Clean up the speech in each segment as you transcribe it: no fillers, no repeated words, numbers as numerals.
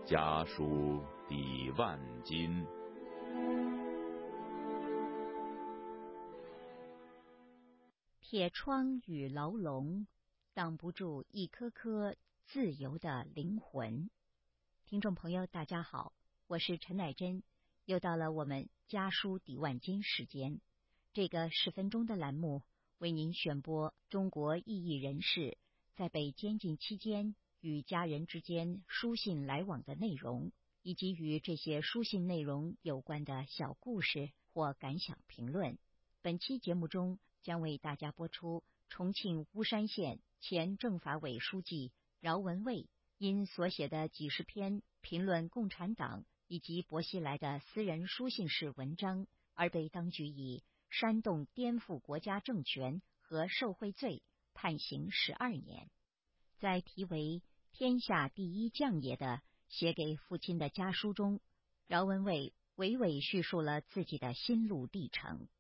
家书抵万金。 铁窗与牢笼，挡不住一颗颗自由的灵魂。听众朋友大家好，我是陈乃真，又到了我们家书抵万金时间。这个10分钟的栏目为您选播中国异议人士在被监禁期间与家人之间书信来往的内容，以及与这些书信内容有关的小故事或感想评论。本期节目中将为大家播出重庆巫山县前政法委书记饶文蔚因所写的几十篇评论共产党以及薄熙来的私人书信式文章而被当局以煽动颠覆国家政权和受贿罪判刑12年。在题为天下第一将爷的写给父亲的家书中，饶文蔚娓娓叙述了自己的心路历程。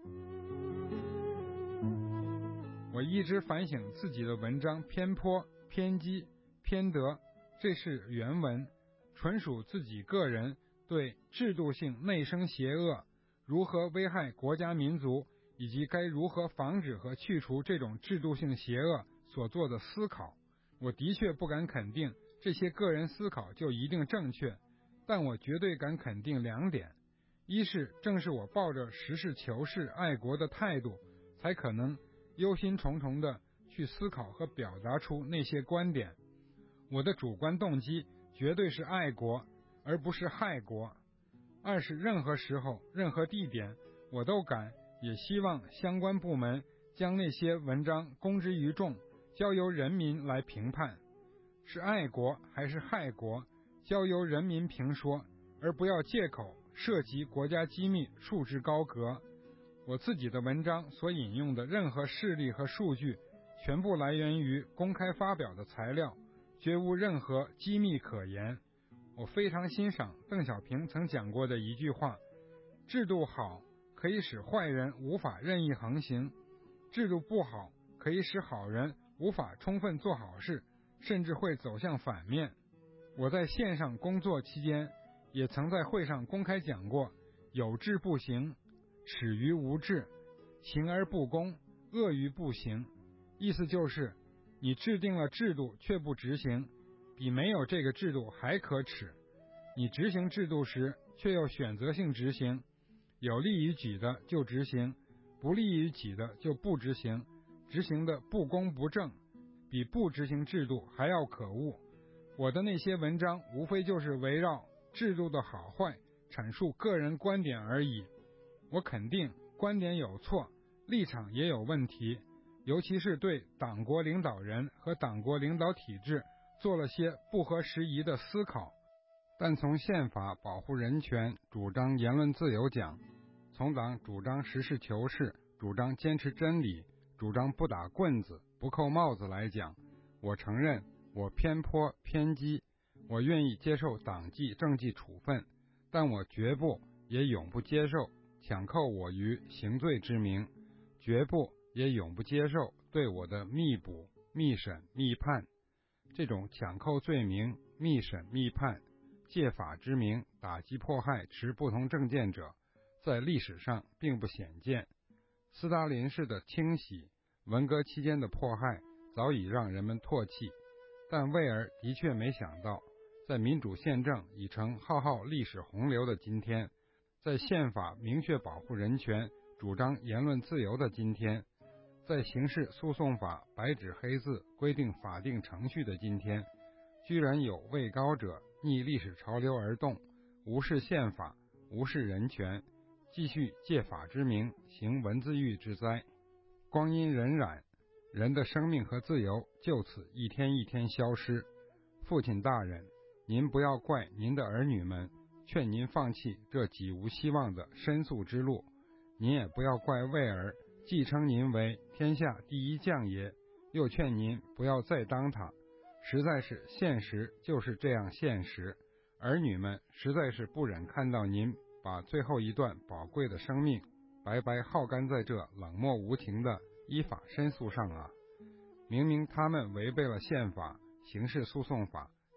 我一直反省自己的文章偏颇、偏激、偏德，这是原文，纯属自己个人对制度性内生邪恶如何危害国家民族，以及该如何防止和去除这种制度性邪恶所做的思考。我的确不敢肯定这些个人思考就一定正确，但我绝对敢肯定2点：一是正是我抱着实事求是爱国的态度，才可能忧心忡忡地去思考和表达出那些观点。我的主观动机绝对是爱国，而不是害国。二是任何时候、任何地点，我都敢也希望相关部门将那些文章公之于众，交由人民来评判，是爱国还是害国，交由人民评说，而不要借口涉及国家机密束之高阁。我自己的文章所引用的任何事例和数据，全部来源于公开发表的材料，绝无任何机密可言。我非常欣赏邓小平曾讲过的一句话：制度好可以使坏人无法任意横行，制度不好可以使好人无法充分做好事，甚至会走向反面。我在线上工作期间，也曾在会上公开讲过，有志不行，耻于无志，行而不公，恶于不行。意思就是你制定了制度却不执行，比没有这个制度还可耻。你执行制度时却又选择性执行，有利于己的就执行，不利于己的就不执行，执行的不公不正，比不执行制度还要可恶。我的那些文章无非就是围绕制度的好坏阐述个人观点而已。我肯定观点有错，立场也有问题，尤其是对党国领导人和党国领导体制做了些不合时宜的思考。但从宪法保护人权、主张言论自由讲，从党主张实事求是、主张坚持真理、主张不打棍子、不扣帽子来讲，我承认我偏颇偏激，我愿意接受党纪政纪处分，但我绝不也永不接受强扣我于刑罪之名，绝不也永不接受对我的密捕、密审、密判。这种强扣罪名、密审、密判，借法之名打击迫害持不同政见者，在历史上并不鲜见。斯大林式的清洗、文革期间的迫害早已让人们唾弃，但魏儿的确没想到，在民主宪政已成浩浩历史洪流的今天，在宪法明确保护人权、主张言论自由的今天，在刑事诉讼法白纸黑字规定法定程序的今天，居然有位高者逆历史潮流而动，无视宪法，无视人权，继续借法之名行文字狱之灾。光阴荏苒，人的生命和自由就此一天一天消失。父亲大人，您不要怪您的儿女们劝您放弃这几无希望的申诉之路，您也不要怪魏儿既称您为天下第一将爷，又劝您不要再当他。实在是现实就是这样现实，儿女们实在是不忍看到您把最后一段宝贵的生命白白耗干在这冷漠无情的依法申诉上啊！明明他们违背了宪法、刑事诉讼法，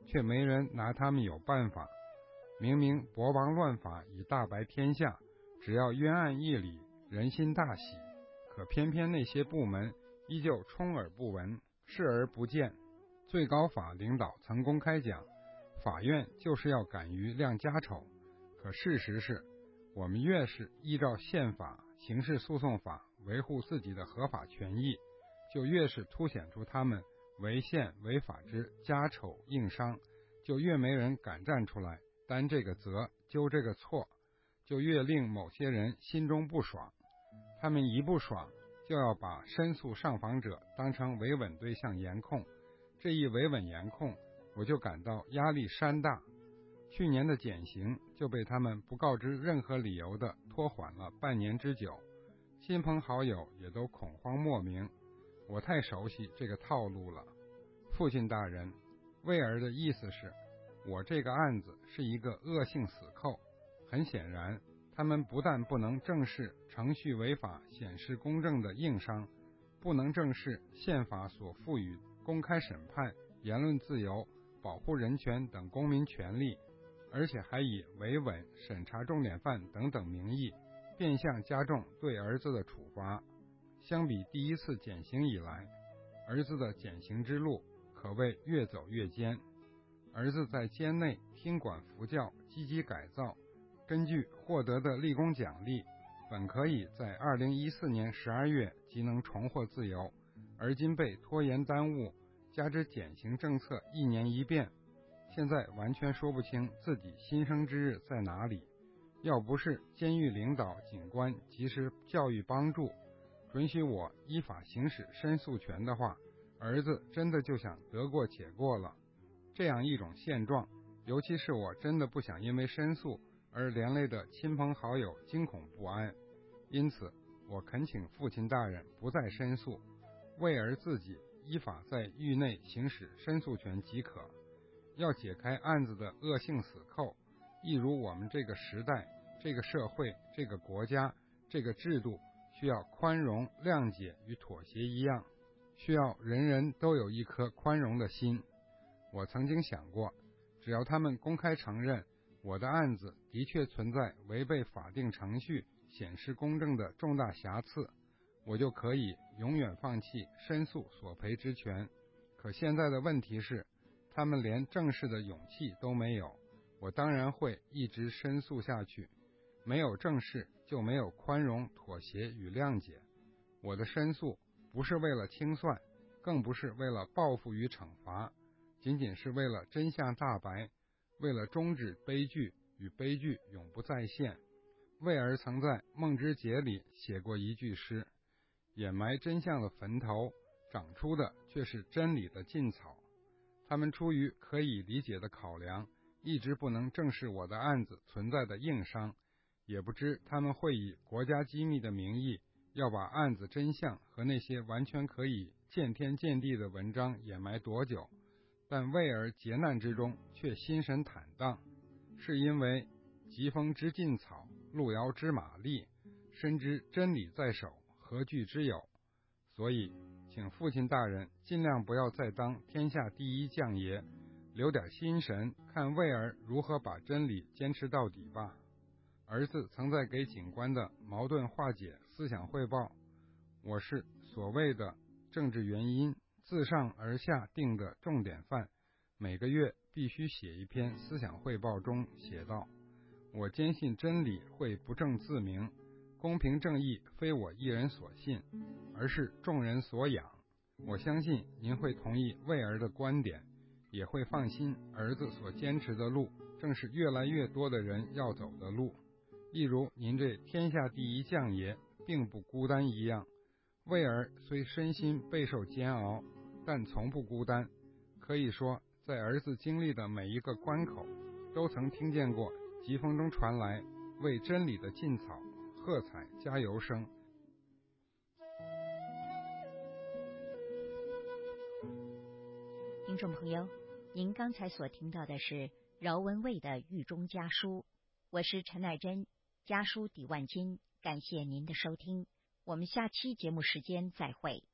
却没人拿他们有办法。明明国王乱法已大白天下，只要冤案一理，人心大喜，可偏偏那些部门依旧充耳不闻，视而不见。最高法领导曾公开讲，法院就是要敢于亮家丑，可事实是，我们越是依照宪法、刑事诉讼法维护自己的合法权益，就越是凸显出他们违宪违法之家丑硬伤，就越没人敢站出来担这个责，纠这个错，就越令某些人心中不爽。他们一不爽，就要把申诉上访者当成维稳对象严控，这一维稳严控，我就感到压力山大。去年的减刑就被他们不告知任何理由的拖缓了半年之久，亲朋好友也都恐慌莫名。我太熟悉这个套路了。父亲大人，魏儿的意思是，我这个案子是一个恶性死扣。很显然，他们不但不能正视程序违法显示公正的硬伤，不能正视宪法所赋予公开审判、言论自由、保护人权等公民权利，而且还以维稳、审查重点犯等等名义，变相加重对儿子的处罚。相比第一次减刑以来，儿子的减刑之路可谓越走越艰。儿子在监内听管服教，积极改造，根据获得的立功奖励，本可以在2014年12月即能重获自由，而今被拖延耽误，加之减刑政策一年一变，现在完全说不清自己新生之日在哪里。要不是监狱领导警官及时教育帮助，准许我依法行使申诉权的话，儿子真的就想得过且过了。这样一种现状，尤其是我真的不想因为申诉而连累的亲朋好友惊恐不安，因此我恳请父亲大人不再申诉，为儿自己依法在狱内行使申诉权即可。要解开案子的恶性死扣，亦如我们这个时代、这个社会、这个国家、这个制度需要宽容、谅解与妥协一样，需要人人都有一颗宽容的心。我曾经想过，只要他们公开承认我的案子的确存在违背法定程序、显示公正的重大瑕疵，我就可以永远放弃申诉索赔之权。可现在的问题是，他们连正式的勇气都没有，我当然会一直申诉下去。没有正视，就没有宽容、妥协与谅解。我的申诉不是为了清算，更不是为了报复与惩罚，仅仅是为了真相大白，为了终止悲剧与悲剧永不再现。魏儿曾在《梦之节》里写过一句诗，掩埋真相的坟头，长出的却是真理的劲草。他们出于可以理解的考量，一直不能正视我的案子存在的硬伤，也不知他们会以国家机密的名义，要把案子真相和那些完全可以见天见地的文章掩埋多久。但魏儿劫难之中却心神坦荡，是因为疾风知劲草，路遥知马力，深知真理在手，何惧之有。所以请父亲大人尽量不要再当天下第一将爷，留点心神看魏儿如何把真理坚持到底吧。儿子曾在给警官的矛盾化解思想汇报，我是所谓的政治原因自上而下定的重点犯，每个月必须写一篇思想汇报中写道，我坚信真理会不正自明，公平正义非我一人所信，而是众人所养。我相信您会同意魏儿的观点，也会放心儿子所坚持的路正是越来越多的人要走的路。一如您这天下第一将爷并不孤单一样，魏儿虽身心备受煎熬，但从不孤单。可以说，在儿子经历的每一个关口，都曾听见过疾风中传来为真理的劲草喝彩加油声。 听众朋友，您刚才所听到的是饶文蔚的狱中家书，我是陈乃真，家书抵万金，感谢您的收听，我们下期节目时间再会。